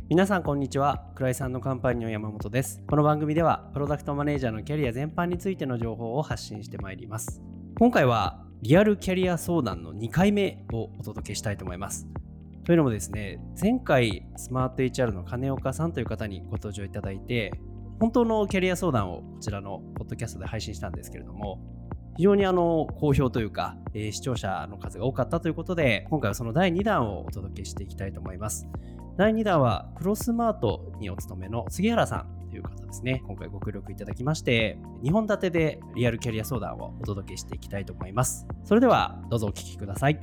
皆さんこんにちは。倉井さんのカンパニーの山本です。この番組ではプロダクトマネージャーのキャリア全般についての情報を発信してまいります。今回はリアルキャリア相談の2回目をお届けしたいと思います。というのもですね、前回スマート HR の金岡さんという方にご登場いただいて、本当のキャリア相談をこちらのポッドキャストで配信したんですけれども、非常に好評というか、視聴者の数が多かったということで、今回はその第2弾をお届けしていきたいと思います。第2弾はクロスマートにお勤めの杉原さんという方ですね。今回ご協力いただきまして、2本立てでリアルキャリア相談をお届けしていきたいと思います。それではどうぞお聞きください。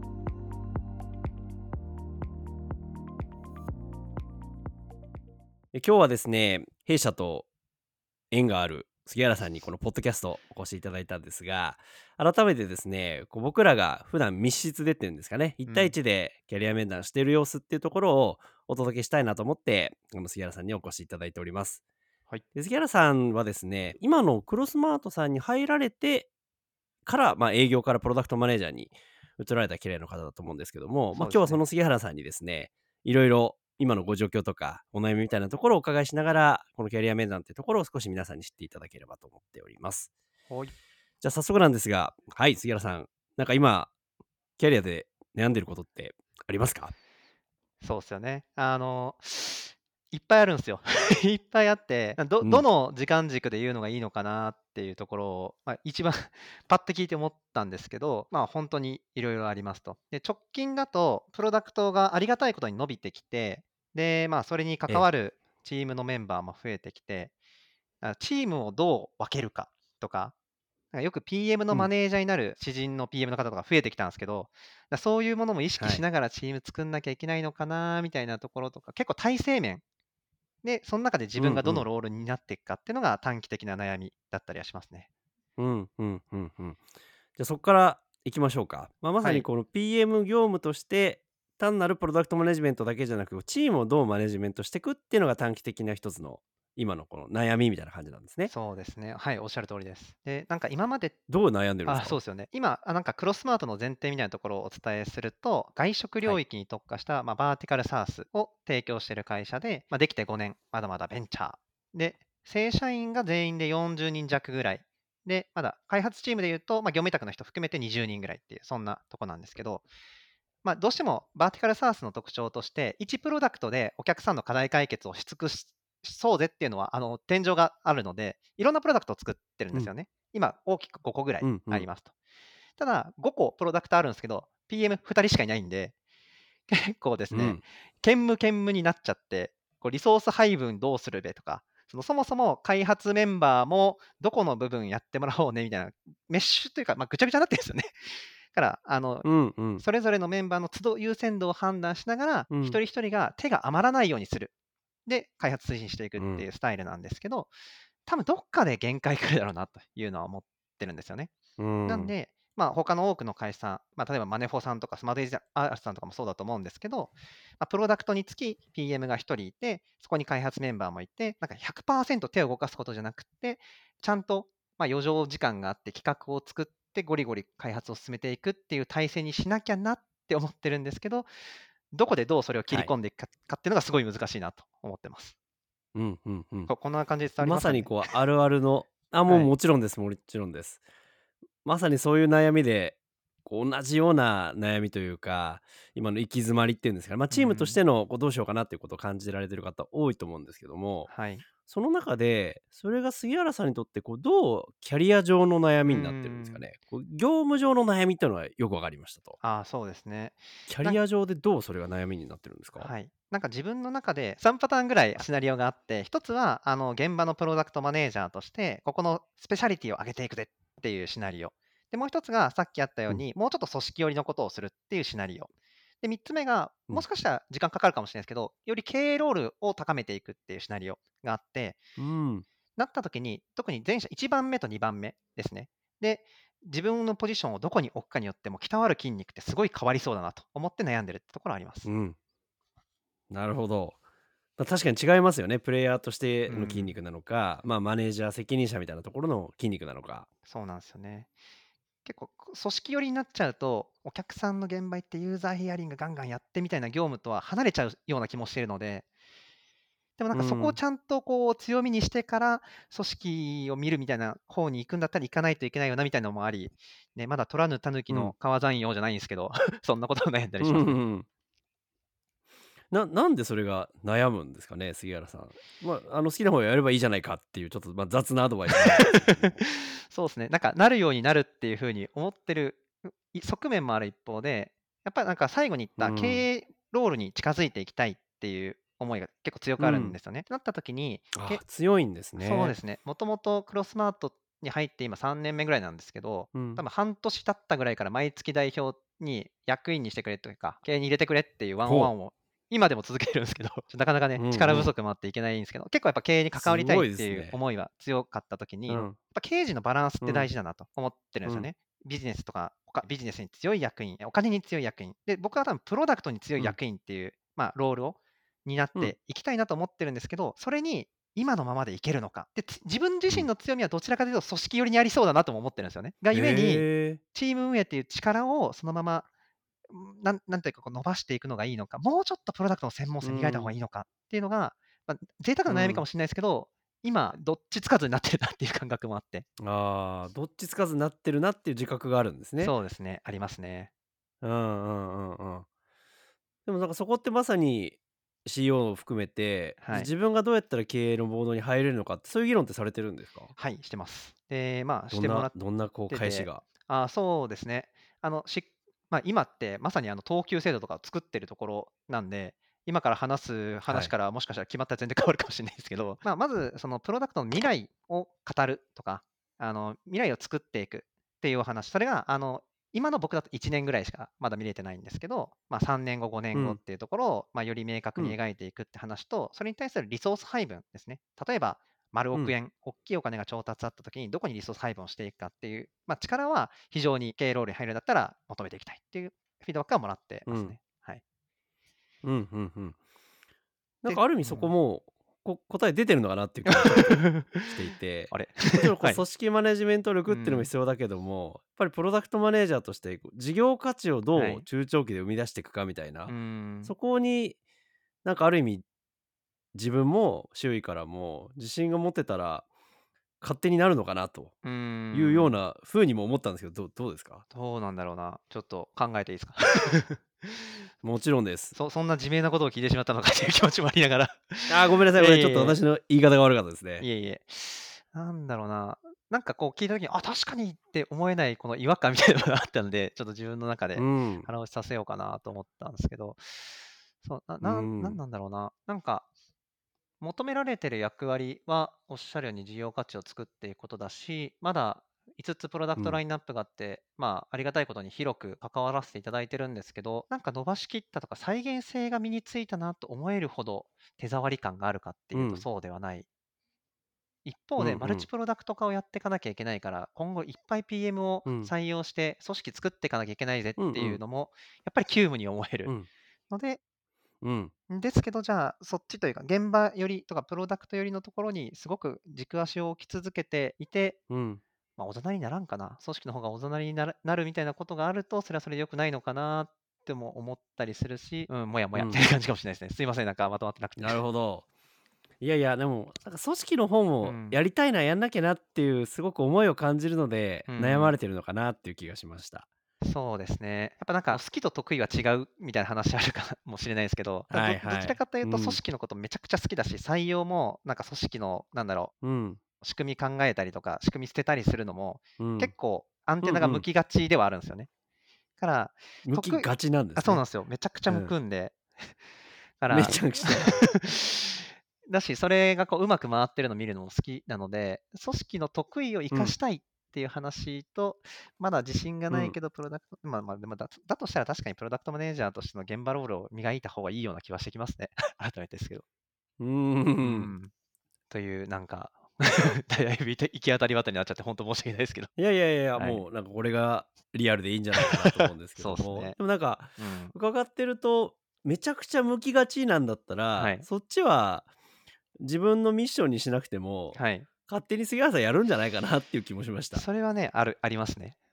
今日はですね、弊社と縁がある杉原さんにこのポッドキャストお越しいただいたんですが、改めてですね、僕らが普段密室でっていうんですかね、1対うん。 1でキャリア面談している様子っていうところをお届けしたいなと思って、杉原さんにお越しいただいております。 はい。 で杉原さんはですね、今のクロスマートさんに入られてから、営業からプロダクトマネージャーに移られたキャリアの方だと思うんですけども、今日はそそうですね。 の杉原さんにですね、いろいろ今のご状況とかお悩みみたいなところをお伺いしながら、このキャリア面談っていうところを少し皆さんに知っていただければと思っております。 はい。 じゃあ早速なんですが、はい、杉原さん、なんか今、キャリアで悩んでることってありますか？ そうっすよね。いっぱいあるんすよ。いっぱいあって、どうん。 の時間軸で言うのがいいのかなっていうところを、一番パッて聞いて思ったんですけど、本当にいろいろありますと。で、直近だとプロダクトがありがたいことに伸びてきて、で、それにええ。 関わるチームのメンバーも増えてきて、チームをどう分けるかとか、よく PM のうん。 マネージャーになる知人の PM の方とか増えてきたんですけど、そういうものも意識はい。 しながらチーム作んなきゃいけないのかなみたいなところとか、結構体制面で、その中で自分がどのうんうん。 ロールになっていくかっていうのが短期的な悩みだったりはしますね。 うんうんうんうん。じゃあそこから行きましょうか。まさはい。 にこの PM 業務として、単なるプロダクトマネジメントだけじゃなく、チームをどうマネジメントしていくっていうのが短期的な一つの今のこの悩みみたいな感じなんですね。 そうですね。はい、おっしゃる通りです。で、今までどう悩んでるんですか？ そうですよね。今、クロスマートの前提みたいなところをお伝えすると、外食はい。 領域に特化した、バーティカルサースを提供している会社で、できて5年、まだまだベンチャー。で、正社員が全員で40人弱ぐらい。で、まだ開発チームで言うと、業務委託の人含めて20人ぐらいっていう、そんなとこなんですけど、どうしてもバーティカルサースの特徴として、1プロダクトでお客さんの課題解決をし尽くしそうぜっていうのは、天井があるので、いろんなプロダクトを作ってるんうん。 ですよね。今、大きく5個ぐらいうんうん。 ありますと。ただ、5個プロダクトあるんですけど、PM2 人しかいないんで、結構ですね、 うん。 兼務になっちゃって、リソース配分どうするべとか、そもそも開発メンバーもどこの部分やってもらおうねみたいな、メッシュというか、ぐちゃぐちゃになってるんですよね。から、 うんうん。 それぞれのメンバーの都度優先度を判断しながら、 うん。 一人一人が手が余らないようにする。で、開発推進していくっていうん。 うスタイルなんですけど、多分どっかで限界来るだろうなというのは思ってるんですよね。 うん。 なんで、他の多くの会社、例えばマネフォさんとかスマートエイジアースさんとかもそうだと思うんですけど、プロダクトにつき PM が1人いて、そこに開発メンバーもいて、100%手を動かすことじゃなくて、ちゃんと余剰時間があって企画を作ってゴリゴリ開発を進めていくっていう体制にしなきゃなって思ってるんですけど、どこでどうそれを切りはい。 込んでいくかっていうのがすごい難しいなと思ってます。 うんうんうん。 こんな感じで伝わりまさますかね？ にあるあるのもうはい。 もちろんです、もちろんです。まさにそういう悩みで、同じような悩みというか、今の行き詰まりっていうんですかね、チームとしうん。 てのどうしようかなっていうことを感じられてる方多いと思うんですけども、 はい。 その中で、それが杉原さんにとってどうキャリア上の悩うーみになってるんですかん。 ね。業務上の悩みっていうのはよくわかりましたと。 そうですね。 キャなんリア上でどうそれが悩みになってるんですか？ はい。自分の中で3パターンぐらいシナリオがあって、1つは現場のプロダクトマネージャーとして、ここのスペシャリティを上げていくぜっていうシナリオ。で、もう1つがさっきあったようん、 うに、もうちょっと組織寄りのことをするっていうシナリオ。で、3つ目が、 うん、 もしかしたら時間かかるかもしれないですけど、より経営ロールを高めていくっていうシナリオがあって、 うん、 なった時に、特に前者1番目と2番目ですね。で、自分のポジションをどこに置くかによっても、鍛わる筋肉ってすごい変わりそうだなと思って悩んでるってところはあります。 うん。なるほど。確かに違いますよね。プレイヤーとしてうん。 の筋肉なのか、マネージャー、責任者みたいなところの筋肉なのか。 そうなんですよね。結構、組織寄りになっちゃうと、お客さんの現場行ってユーザーヒアリングガンガンやってみたいな業務とは離れちゃうような気もしているので、 でもなんかそこをちゃんとこう強みにしてから、組織を見るみたいな方に行くんだったら行かないといけないよなみたいなのもあり、ね、まだ取らぬ狸うん。 の皮算用じゃないんですけど、そんなことを悩んだりうんうんしますね。 うん。なんでそれが悩むんですかね、杉原さん。好きな方をやればいいじゃないかっていう、ちょっと、雑なアドバイスになるんですけども。 そうですね。なんかなるようになるっていう風に思ってる、側面もある一方で、やっぱりなんか最後に言ったうん。 経営ロールに近づいていきたいっていう思いが結構強くあるんうん。 ですよね。ってなった時に、 強いんですね。 そうですね。もともとクロスマートに入って今3年目ぐらいなんですけど、 うん。 多分半年経ったぐらいから毎月代表に役員にしてくれというか、経営に入れてくれっていうワンオンワほンを今でも続けてるんですけど、なかなかね、 う。うん力不うん。 足もあっていけないんですけど、結構やっぱ経営に関わりたいっすごいでていうすね。 思いは強かった時に、やっうん。 ぱ経営陣のバランスって大うん。 事だなと思ってるんうん。 ですよね。ビジネスとか、ビジネスに強い役員、お金に強い役員。で、僕は多分プロダクトに強いうん。 役員っていう、ロールを担っうん。 ていきたいなと思ってるんですけど、それに今のままでいけるのか。で、自分自うん。 身の強みはどちらかというと組織寄りにありそうだなとも思ってるんですよね。がゆえに、 へえ。 チーム運営っていう力をそのまま、なんていうかこう伸ばしていくのがいいのか、もうちょっとプロダクトの専門性磨いた方がうん。 いいのかっていうのが、贅沢うん。 な悩みかもしれないですけど、今どっちつかずになってるなっていう感覚もあって。 どっちつかずになってるなっていう自覚があるんですね。 そうですね、ありますね。 うんうんうんうん。でもなんかそこってまさに CEO を含めて、 はい。 自分がどうやったら経営のボードに入れるのかって、そういう議論ってされてるんですか？ はい、してます。で、してもらっどんなてて、 返しが。 そうですね。あの、し今ってまさに等級制度とかを作ってるところなんで、今から話すはい。 話からもしかしたら決まったら全然変わるかもしれないですけど、まずそのプロダクトの未来を語るとか、未来を作っていくっていうお話、それが今の僕だと1年ぐらいしかまだ見れてないんですけど、3年後、5年後っうん。 ていうところを、より明確にうん。 描いていくって話と、それに対するリソース配分ですね。例えば、丸うん。 億円、大きいお金が調達あったときに、どこにリソース配分をしていくかっていう、力は非常に経営ロールに入るんだったら求めていきたいっていうフィードバックはもらってうん。 ますね。はい。 うんうんうん。なんで、 かある意味うん。 そこも、答え出てるのかなっていう気もちょっとしていて、 あれもちろんはい。 組織マネジメント力っていうのもうん。 必要だけども、やっぱりプロダクトマネージャーとして、事業価値をどうはい。 中長期で生み出していくかみたいうな、 ん。 そこになんかある意味自分も周囲からも自信が持てたら勝手になるのかなとうーいうようん。 な風にも思ったんですけど、どうですか？ どうなんだろうな。ちょっと考えていいですか？ もちろんです。 そんな自明なことを聞いてしまったのかという気持ちもありながらごめんなさい、 いえいちょっとえいえ。 私の言い方が悪かったですね。 いえいえ。なんだろうな。なんかこう聞いた時に、確かにって思えないこの違和感みたいなのがあったので、ちょっと自分の中でうん。 腹落ちさせようかなと思ったんですけど、そう、 うん。 なんだろうな。なんか、求められてる役割はおっしゃるように事業価値を作っていくことだし、まだ5つプロダクトラうん。 インナップがあって、ありがたいことに広く関わらせていただいてるんですけど、なんか伸ばしきったとか再現性が身についたなと思えるほど手触り感があるかっていうとうん。 そうではない一方で、マルチうんうん。 プロダクト化をやっていかなきゃいけないから、今後いっぱい PM をうん。 採用して、組織作っていかなきゃいけないぜっうんうん。 ていうのも、やっぱり急務に思えるうん。 ので、 うん。 ですけど、じゃあ、そっちというか、現場寄りとかプロダクト寄りのところにすごく軸足を置き続けていて、 うん。 おざなりにならんかな、組織の方がおざなりになるみたいなことがあると、それはそれで良くないのかなっても思ったりするし、もやもやっていううん。 感じかもしれないですね。すいません、なんかまとまってなくて。 なるほど。いやいや、でも、なんか組織の方もうん。 やりたいな、やんなきゃなっていうすごく思いを感じるので、 うんうん。 悩まれてるのかなっていう気がしました。 そうですね。やっぱなんか好きと得意は違うみたいな話あるかもしれないですけど、どちらはいはい。 かというと組うん。 織のことめちゃくちゃ好きだし、採用もなんか組織のうん。 仕組み考えたりとか、仕組み捨てたりするのも、 うん。 結構アンテナが向うんうん。 きがちではあるんですよね。から、 向きがちなんですね。 そうなんですよ。めちゃくちゃうん。 向くんで。かめらちゃくちゃ。 だし、それがこううまく回ってるのを見るのも好きなので、組織の得意を生うん。 かしたいっていう話と、まだ自信がうん。 ないけど、プロダクト、でもだとしたら確かにプロダクトマネージャーとしての現場ロールを磨いた方がいいような気はしてきますね。改めてですけど。 うーん。 うん。という、なんかだいぶ行き当たりばったりになっちゃって、本当申し訳ないですけど。 いやいやいやいや、 はい。 もうなんかこれがリアルでいいんじゃないかなと思うんですけども、 そうですね。 でもなんかうん。 伺ってると、めちゃくちゃ向きがちなんだったら、 はい。 そっちは自分のミッションにしなくても、 はい。 勝手に杉原さんやるんじゃないかなっていう気もしました。 それはね、ありますね。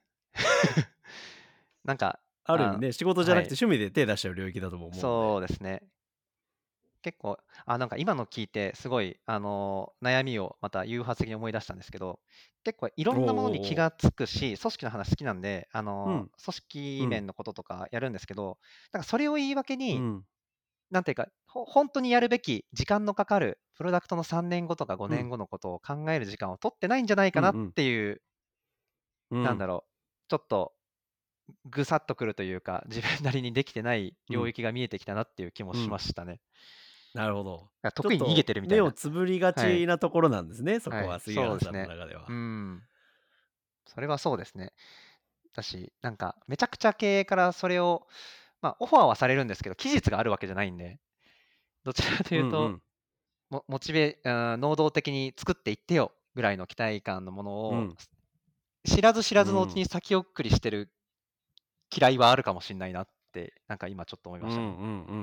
なんか、 ある意味ね、仕事じゃなくてはい。 趣味で手出しちゃう領域だとも思うんで。 そうですね。 結構、なんか今の聞いて、すごい、悩みをまた誘発的に思い出したんですけど、結構いろおうんなものにおうおう。 気がつくし、組織の話好きなんで、 うん。 組織うん。 面のこととかやるんですけど、なんかそれを言い訳に、 うん。 なんていうか、本当にやるべき時間のかかる、プロダクトの3年後とか5 うん。 年後のことを考える時間を取ってないんじゃないかなっうんうん。 ていう、 うん。 なんだろう、ちょっとぐさっとくるというか、自分なりにできてないうん。 領域が見えてきたなっていう気もしまうん。 したね。 なるほど。ちょっ得意に逃げてと目をるみたいな。 つぶりがはい。 ちなところなんですね、そこははい。 杉原さんのそうですね。う中では。 ん。それはそうですね。だし、なんか、めちゃくちゃ経営からそれを、オファーはされるんですけど、期日があるわけじゃないんで、どちらかというと、 うんうん。 モチベ能動的に作っていってよぐらいの期待感のものを、 うん。 知らず知らずのうちうん。 に先送りしてる嫌いはあるかもしんないなって、なんか今ちょっと思いうんうんましたね。 うん。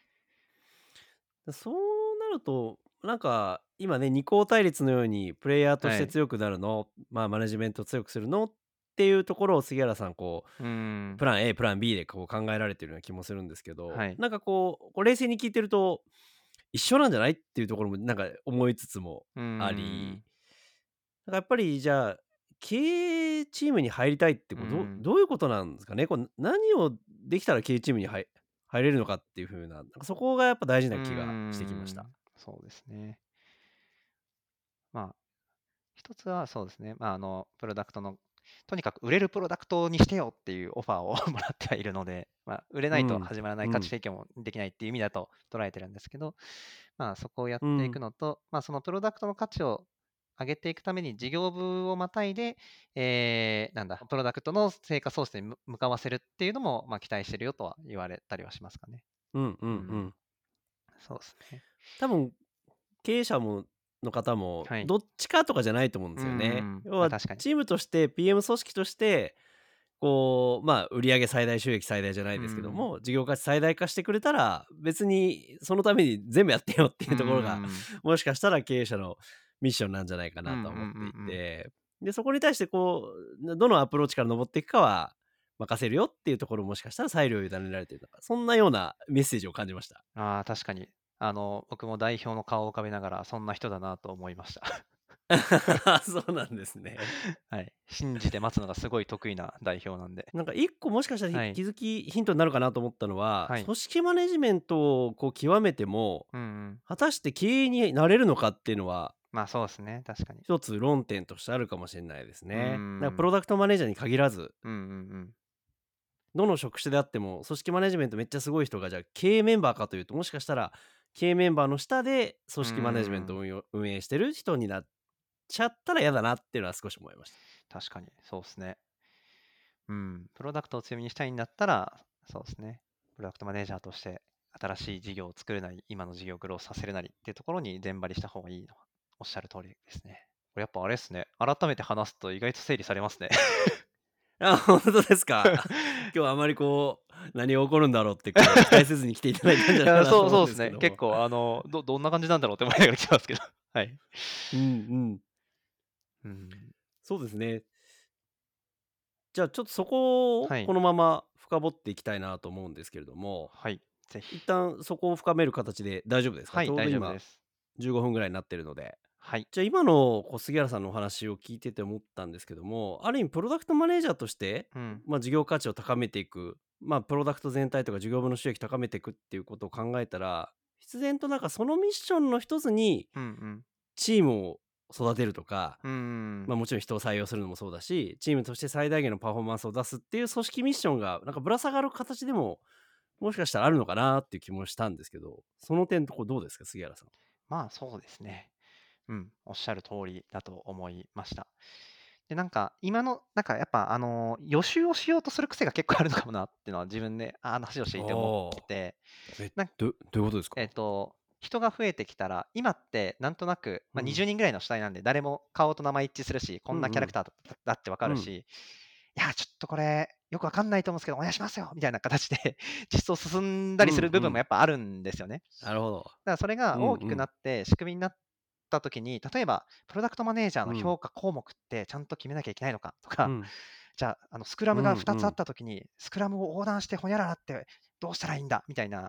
そうなると、なんか今ね、二項対立のようにプレイヤーとしはい。 て強くなるの、マネジメントを強くするのっていうところを杉原さんうーん。 プラン A、プラン B で考えられてるような気もするんですけど、 はい。 なんか冷静に聞いてると、一緒なんじゃないっていうところもなんか思いつつもうーあり、 ん。 なんかやっぱりじゃあ、経営チームに入りたいってうーん。 どういうことなんですかね。何をできたら経営チームに入れるのかっていう風な、なんかそこがやっぱ大事うーな気がしてきました。 ん。そうですね。まあ一つはそうですね、プロダクトの、とにかく売れるプロダクトにしてよっていうオファーをもらってはいるので、売れないとうん。 始まらないうん。 価値提供もできないっていう意味だと捉えてるんですけど、そこをやっていくうん。 のと、そのプロダクトの価値を上げていくために事業部をまたいで、プロダクトの成果創出に向かわせるっていうのも、期待してるよとは言われたりはしますかね。 うんうんううん、 ん。 そうですね。 多分経営者の方も、 はい。 どっちかとかじゃないと思うんでうすよね。 ん、 要は確かに。 チームとして、PM 組織として、売上最大収益最大じゃないですけどうん、 も、事業価値最大化してくれたら、別にそのために全部やってよってういうところが、 ん、 もしかしたら経営者のミッションなんじゃないかうん、うん、うなとは思っていん。 て、で、そこに対してどのアプローチから登っていくかは任せるよっていうところをもしかしたら裁量を委ねられているのか、そんなようなメッセージを感じました。 ああ、確かに。僕も代表の顔を浮かべながら、そんな人だなと思いました。 そうなんですね。 はい。信じて待つのがすごい得意な代表なんで。 なんか一個もしかしたらはい。 気づきヒントになるかなと思ったのは、 はい。 組織マネジメントを極めても、 うんうん。 果たして経営になれるのかっていうのは、 そうですね、確かに。 一つ論点としてあるかもしれないですうーね。なんかプん。 ロダクトマネージャーに限らず、 うんうんうん。 どの職種であっても、組織マネジメントめっちゃすごい人が、じゃあ経営メンバーかというと、もしかしたら経営メンバーの下で組うー織マネジメントをん。 運営してる人になっちゃったら嫌だなっていうのは少し思いました。 確かに、そうですね。うん。プロダクトを強みにしたいんだったら、そうですね。プロダクトマネージャーとして新しい事業を作るなり、今の事業をグロースさせるなりっていうところに全張りした方がいいのは、おっしゃる通りですね。これやっぱあれですね。改めて話すと意外と整理されますね。 あ、本当ですか。今日はあまり何が起こるんだろうって期待せずに来ていただいたんじゃいや、 ないかなと思うんそうですね。 ですけども。 結構どんな感じなんだろうって思いながら来てますけど。はい。 うんうん。 うん。 そうですね。じゃあちょっとそこをはい。 このまま深掘っていきたいなと思うんですけれども、 はい。ぜひ。 一旦そこを深める形で大丈夫ですか？ はい、大丈夫ちょうど今です。 15分ぐらいになってるので。 はい。 じゃあ今の杉原さんのお話を聞いてて思ったんですけども、ある意味プロダクトマネージャーとして、 うん。 事業価値を高めていく、プロダクト全体とか事業部の収益高めていくっていうことを考えたら、必然となんかそのミッションの一つにうんうん。 チームを育てるとか、 うーん。 もちろん人を採用するのもそうだし、チームとして最大限のパフォーマンスを出すっていう組織ミッションがなんかぶら下がる形でも、もしかしたらあるのかなっていう気もしたんですけど、その点どうですか？杉原さん。 そうですね。うん、おっしゃる通りだと思いました。で、なんか、今の、なんかやっぱ、予習をしようとする癖が結構あるのかもなっていうのは自分で、話をしていて思ってああ。 て、なんどういうことですか？ 人が増えてきたら、今ってなんとなく、 うん。 20人ぐらいの主体なんで、誰も顔と名前一致するし、こんなキャラクうんうん。 ターだってわかうん。 るし、いや、ちょっとこれ、よくわかんないと思うんですけど、お願いしますよみたいな形で実装進んだうりする部分もんうん。 やっぱあるんですよね。 なるほど。 だからそれが大きくなうんうん。 って仕組みになった時に、例えばプロダクトマネージャーのうん。 評価項目ってちゃんと決めなきゃいけないのかとか、 うん。 じゃあ、スクラうムが2つあっんうん。 た時に、スクラムを横断してほにゃららってどうしたらいいんだみたいな、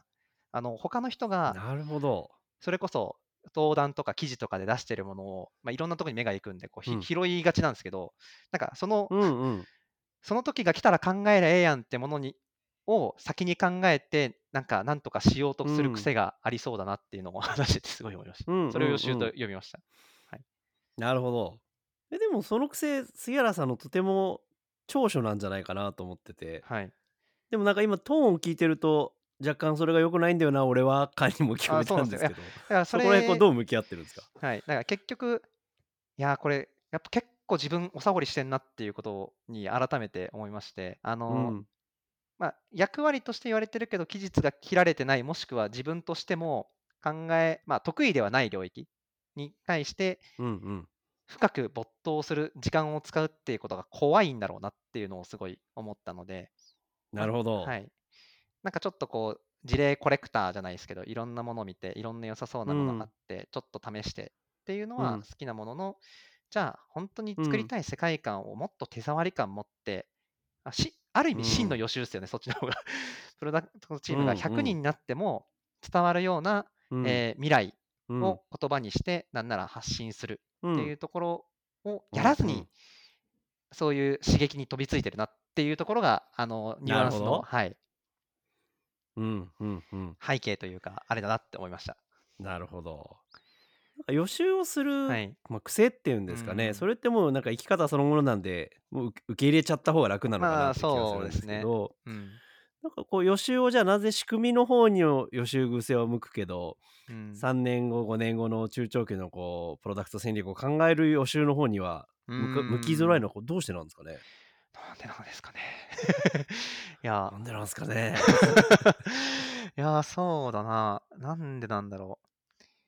他の人が、 なるほど。 それこそ登壇とか記事とかで出してるものを、いろんなところに目が行くんで、 うん。 拾いがちなんですけど、なんかうんうん。 その時が来たら考えりゃええやんってものを先に考えて、なんとかしようとするうん。 癖がありそうだなっていうのを話しててすごい思いました。 うんそれを予習とうんうん。 読みました。はい。 なるほど。でもその癖、杉原さんのとても長所なんじゃないかなと思ってて。 はい。 でもなんか今トーンを聞いてると、若干それが良くないんだよな、俺は感にも聞こあ、 えたそうなんですよ。いや、 んですけど、 だからそそこら辺こうれどう向き合ってるんですか？ はい、だから結局、いや、これ、やっぱ結構自分おサボりしてんなっていうことに改めて思いまして、 うん。 役割として言われてるけど、期日が切られてない、もしくは自分としても得意ではない領域に対してうんうん。 深く没頭する時間を使うっていうことが怖いんだろうなっていうのをすごい思ったので、 なるほど。 はい。なんかちょっとこう、事例コレクターじゃないですけど、いろんなものを見て、いろんな良さそうなものあっうん。 て、ちょっと試してっていうのうん。 は好きなものの、じゃあ本当にうん。 作りたい世界観をもっと手触り感持って、ある意味真のうん。 予習ですよね、そっちの方が。プロダクトチームがうんう 100人ん。 になっても伝わるような、 うん。 未来うん。 を言葉にして、なんなら発信するっていうん。 うところをうんうん。 やらずに、そういう刺激に飛びついてるなっていうところが、ニュアンスの、 なるほど。 はい、 うんうんうん。 背景というか、あれだなって思いました。 なるほど。なんか予習をする、 はい。 癖っていうんうですかね、そん。 れってもうなんか生き方そのものなんで、もう受け入れちゃった方が楽なのかなって気はするんですけそうですね。 ど、 うん。 なんかこう予習をじゃあなぜ仕組みの方に予習癖を向くけど、 うん。 3年後、5年後の中長期のこうプロダクト戦略を考える予習の方にはうー向きづらいのん。 はどうしてなんですかね？ なんでなんですかね。いや。 なんでなんですかね？ いや、そうだな。なんでなんだろう。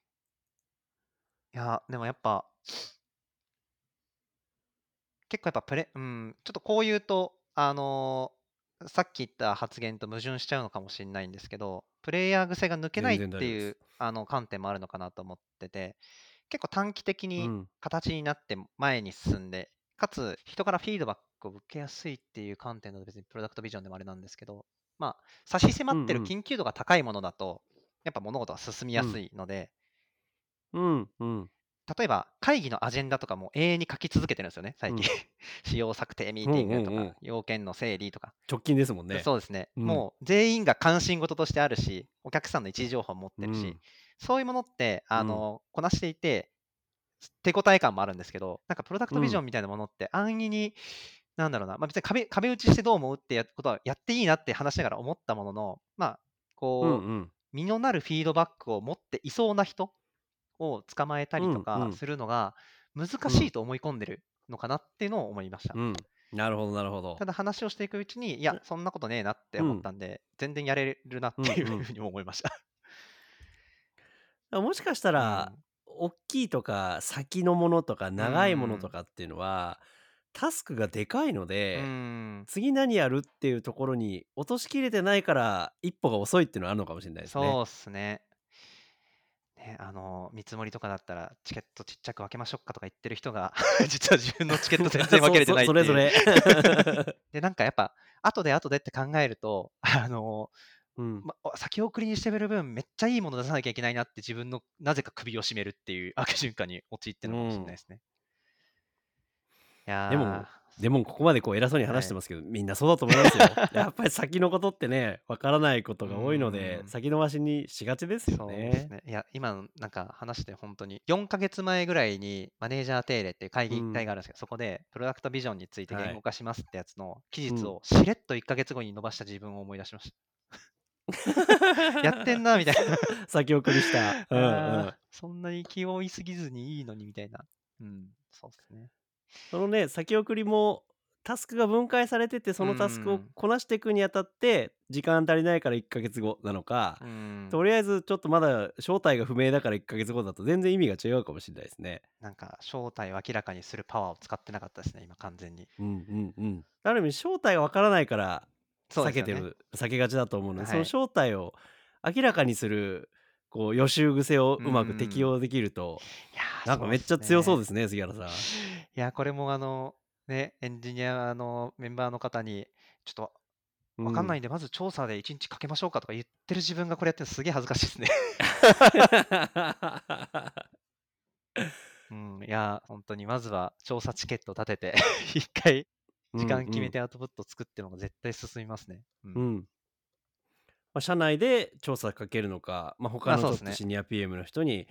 いや、でもやっぱ、結構やっぱちょっとこう言うと、さっき言った発言と矛盾しちゃうのかもしれないんですけど、プレイヤー癖が抜けないっ全然大丈夫です。 ていう、観点もあるのかなと思ってて、結構短期的にうん。 形になって前に進んで、かつ人からフィードバックを受けやすいっていう観点の別にプロダクトビジョンでもあれなんですけど、差し迫ってるうんうん。 緊急度が高いものだと、やっぱ物事が進みやすうん。 いので、 うんうん。 例えば会議のアジェンダとかも永遠に書き続けてるんですよね、最近。 うん。 仕様策定ミーうんうティングとか、 んうん。 要件の整理とか。 直近ですもんね。 そうですね。 うん。 もう全員が関心事としてあるし、お客さんの一時情報を持ってるし、 うん。 そういうものって、 うん。 こなしていて、手応え感もあるんですけど、なんかプロダクトビジョうん。 ンみたいなものって安易に、なんだろうな、別に壁打ちしてどう思うってことはやっていいなって話しながら思ったものの、こう、 うんうん。 実のなるフィードバックを持っていそうな人を捕まえたうりとんうん。 かするのが難うん。 しいと思い込んでるのかなっていうのを思いました。 うん。なるほどなるほど。 ただ話をしていくうちに、いや、 え、 そんなことねえなってうん。 思ったんで、全然やれるなっうんうん。 ていうふうにも思いました。 もしかしたら、 うん。 大きいとか先のものとかうー長いものとん。 かっていうのは、タスクがでかいのうーで、 ん。 次何やるっていうところに落としきれてないから、一歩が遅いっていうのはあるのかもしれないですね。 そうっすね。ね、見積もりとかだったら、チケットちっちゃく分けましょうかとか言ってる人が実は自分のチケット全然分けれてないっていう。 それ。 で、なんかやっぱ、後でって考えると、 うん。 先送りにしてる分、めっちゃいいもの出さなきゃいけないなって自分のなぜか首を絞めるっていう悪循環に陥ってるのかもしれないうん。 ですね。いやでもでもここまでこう偉そうにー、はい。 話してますけど、みんなそうだと思いますよ。やっぱり先のことってね、わからないことうーが多いので、 ん。 先延ばしにしがちですよね。 そうですね。いや、今のなんか話して本当に、4ヶ月前ぐらいにマネージャー定例っていう会議会うん。 があるんですけど、そこでプロダクトビジョンについて言語はい。 化しますってやつの期日うん。 をしれっと1ヶ月後に伸ばした自分を思い出しました。やってんなみたいな。 先送りした。うんうん。 そんなに気負いすぎずにいいのにみたいな。うん、そうですね。 そのね、先送りもタスクが分解されてて、 うーそのタスクをん、 こなしていくにあたって、時間足りないから1ヶ月後なのか、 うーん。 とりあえずちょっとまだ正体が不明だから1ヶ月後だと全然意味が違うかもしれないですね。 なんか正体を明らかにするパワーを使ってなかったですね、今完全に。 うんうんうん。ある意味正体がわからないからそうですよね。 避けがちだと思うので、そのはい。 正体を明らかにする、こう予習癖をうーうまく適ん。 用できると、 いやー、 なんかそうっめっちゃ強そうすね。 ですね、杉原さん。 いや、これもね、エンジニアのメンバーの方に、ちょっとわかんなうん。 いんで、まず調査で1日かけましょうかとか言ってる自分がこれやってるのすげえ恥ずかしいですね。うん、いや、本当にまずは調査チケット立てて一回う時間決めんうん。 てアウトプット作ってのが絶対進みますね。うん。 うん。まあ、社内で調査かけるのか、まあ、他のちょっとそうですね。 シニア PM の人にうん。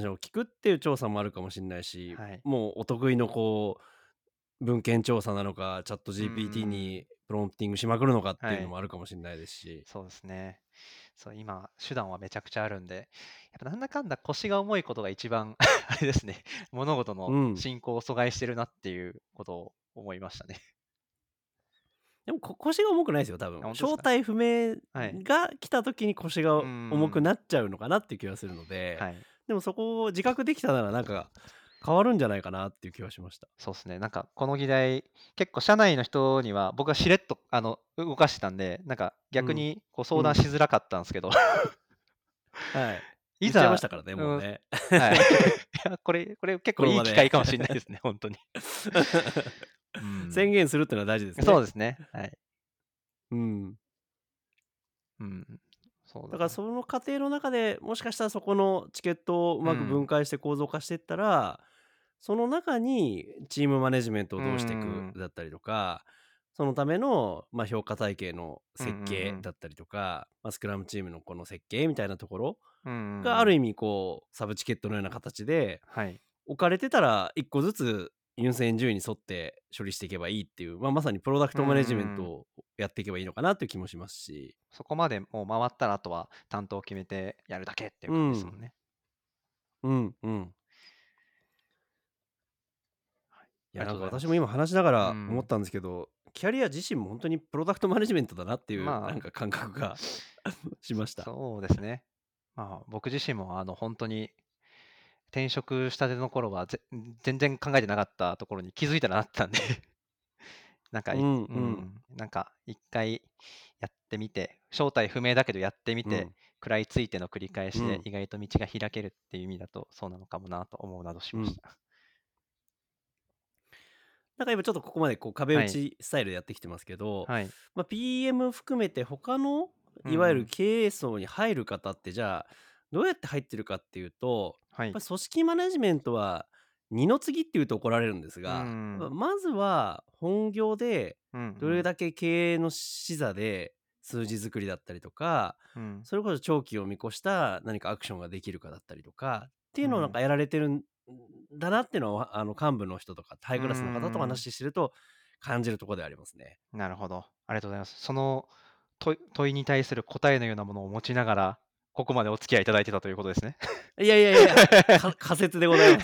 話を聞くっていう調査もあるかもしれないし、 はい。 もうお得意の文献調査なのか、チャットう GPT ん。 にプロンプティングしまくるのかっていうのはい。 もあるかもしれないですし。 そうですね。そう、今、手段はめちゃくちゃあるんで、やっぱなんだかんだ腰が重いことが一番あれですね、物事のうん。 進行を阻害してるなっていうことを思いましたね。 でも、腰が重くないですよ、多分。 あ、本当ですか？ 正体不明はい。 が来た時に腰うが重くん。 なっちゃうのかなっていう気がするので、 はい。 でもそこを自覚できたならなんか変わるんじゃないかなっていう気はしました。 そうですね。なんかこの議題、結構社内の人には僕はしれっと動かしてたんで、なんか逆うん。 にこう相談うん。 しづらかったんですけど、 はい。言っちゃいましいざ、 たからね、 うん、 もうね。 はい。いや、これ結構いいこの場で。 機会かもしれないですね、本当に。うん。 宣言するっていうのは大事ですね。 そうですね。はい。 うん。 うん。そうだな。 だからその過程の中で、もしかしたらそこのチケットをうまく分うん。 解して構造化していったら、その中にチームマネジメントをうどうしていくん。 だったりとか、そのための、まあ、評価体系のうんう設計んだったりとか、まあ、スクラムチームのこの設計みたいなところうん。うんうんうん。 がある意味サブチケットのような形ではい。 置かれてたら1個ずつ優先順位に沿って処理していけばいいっていう、まあ、まさにプロダクうんうトマネジメントん。 をやっていけばいいのかなっていう気もしますし。 そこまでもう回ったら、あとは担当を決めてやるだけっていう感じですもうん、 んね。 うんうん。 はい。 いや、 ありがなんかとうございます。 私も今話しながら思っうん。 たんですけど、キャリア自身も本当にプロダクトマネジメントだなっていうなんまあ、 か感覚がしました。 そうですね。まあ、僕自身も本当に転職したての頃は全然考えてなかったところに気づいたらなってたんでなんかうんうん、 なんか一回やってみて、正体不明だけどやってみて、 うん、 食らいついての繰り返しでうん、 意外と道が開けるっていう意味だとそうなのかもなと思うなどしうん。 ました。 なんか今ちょっとここまで壁打はい。 ちスタイルでやってきてますけど、 はい。 まあ、PM 含めて他のいわゆるうんうん。 経営層に入る方ってじゃあどうやって入ってるかっていうと、 はい。 やっぱ組織マネジメントは二の次っていうと怒られるんですうが、 ん。 まずは本業でうんうどれん。 だけ経営の視座で数字作りだったりとか、 うん。 それこそ長期を見越した何かアクションができるかだったりとかっていうのをなんうん。 かやられてるんだなっていうのは幹部の人とかハイうクラスの方とん。 話してると感じるところでありますね。 なるほど。ありがとうございます。その問いに対する答えのようなものを持ちながら、ここまでお付き合いいただいてたということですね。 いやいやいや、仮説でございます。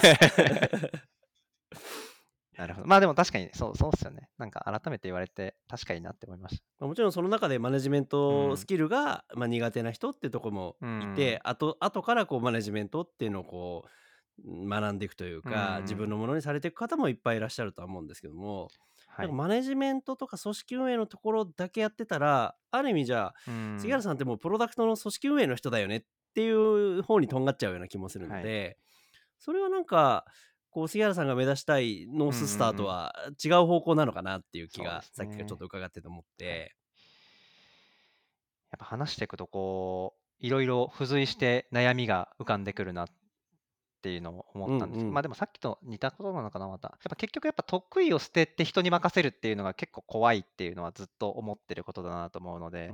なるほど。まあでも確かにそうっすよね。なんか改めて言われて確かになって思いました。 もちろんその中でマネジメンうん。 トスキルが、苦手な人っていうところもうん。 いて、後からマネジメントっていうのを学んでいくといううか、自分ん。 のものにされていく方もいっぱいいらっしゃるとは思うんですけども、 はい。 なんかマネジメントとか組織運営のところだけやってたら、ある意味じゃあ、 うん。 杉原さんってもうプロダクトの組織運営の人だよねっていう方にとんがっちゃうような気もするのはい。 で、それはなんか、杉原さんが目指したいノーうんうんススターうん。 とは違う方向なのかなっていう気そうでが、さっきからちょっすね。 と伺ってて思っはい。 て。 やっぱ話していくといろいろ付随して悩みが浮かんでくるなっていうのを思うんったんですけど、まあうん。 でもさっきと似たことなのかな、また。やっぱ結局やっぱ得意を捨てて人に任せるっていうのが結構怖いっていうのはずっと思ってることだなと思うので、 うん。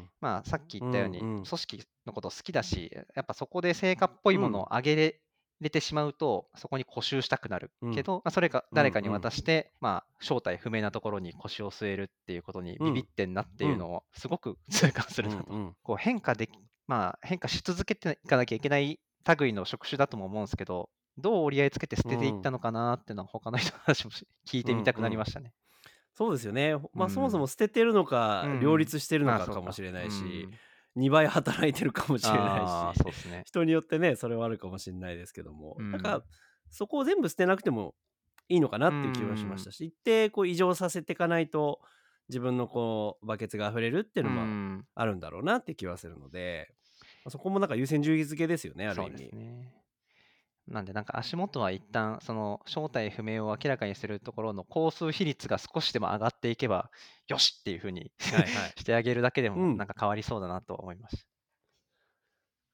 まあさっき言うったようにんうん。 組織のこと好きだし、やっぱそこで成果っぽいものをうん。 れてしまうと、そこに固執したくなるうん。 けど、まあ、それがうんう誰かに渡ん。 して、まあ、正体不明なところに腰を据えるっていうことにビビっうん。 てんなってうん。 いうのをすごく痛感するなと。 うんうん。 こう変化し続けていかなきゃいけない類の職種だとも思うんですけど、どう折り合いつけて捨てていったうん。 のかなっていうのは他の人の話も聞いうてみたくなりんうん。 ましたね。 そうですよね。そもそうん。 も捨ててるのか、両うん。 立してるのまあ、 かそうか。 かもしれなういし、 ん。 2倍働いてるかもしれないああ、 し、 そうですね。 人によってね、それはあるかもしれないですけども、なんか、 うん。 そこを全部捨てなくてもいいのかなうっていう気はしましん。 たし、一定異常させていかないと、自分のバケツが溢れるっていううのもん。 あるんだろうなって気はするので、そこもなんか優先順位付けですよね、あるそうです意味。 ね。 なんで、なんか足元は一旦、その正体不明を明らかにするところの工数比率が少しでも上がっていけば、よしっていう風にはいはい。 してあげるだけでも、 うん。 なんか変わりそうだなと思いました。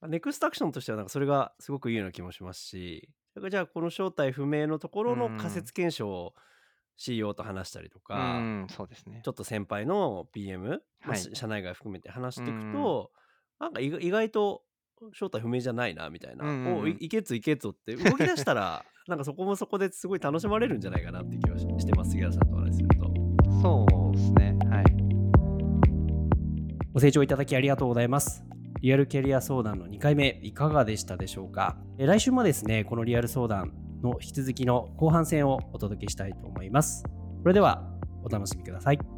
ネクストアクションとしてはなんかそれがすごくいいような気もしますし、だからじゃあこの正体不明のとこうろの仮ん。 説検証を CEO と話したりとうか、 ん、そうですね。 ちょっと先輩の PM、 はい。 社内外含めて話していくうん。 と、なんか意外と正体不明じゃないなみたいうんうな、 んうん。 いけついけつって動き出したら、なんかそこもそこですごい楽しまれるんじゃないかなって気はしてます、杉原さんとお話しすると。 そうですね。はい。 ご清聴いただきありがとうございます。リアルキャリア相談の2回目いかがでしたでしょうか。来週もですね、このリアル相談の引き続きの後半戦をお届けしたいと思います。それではお楽しみください。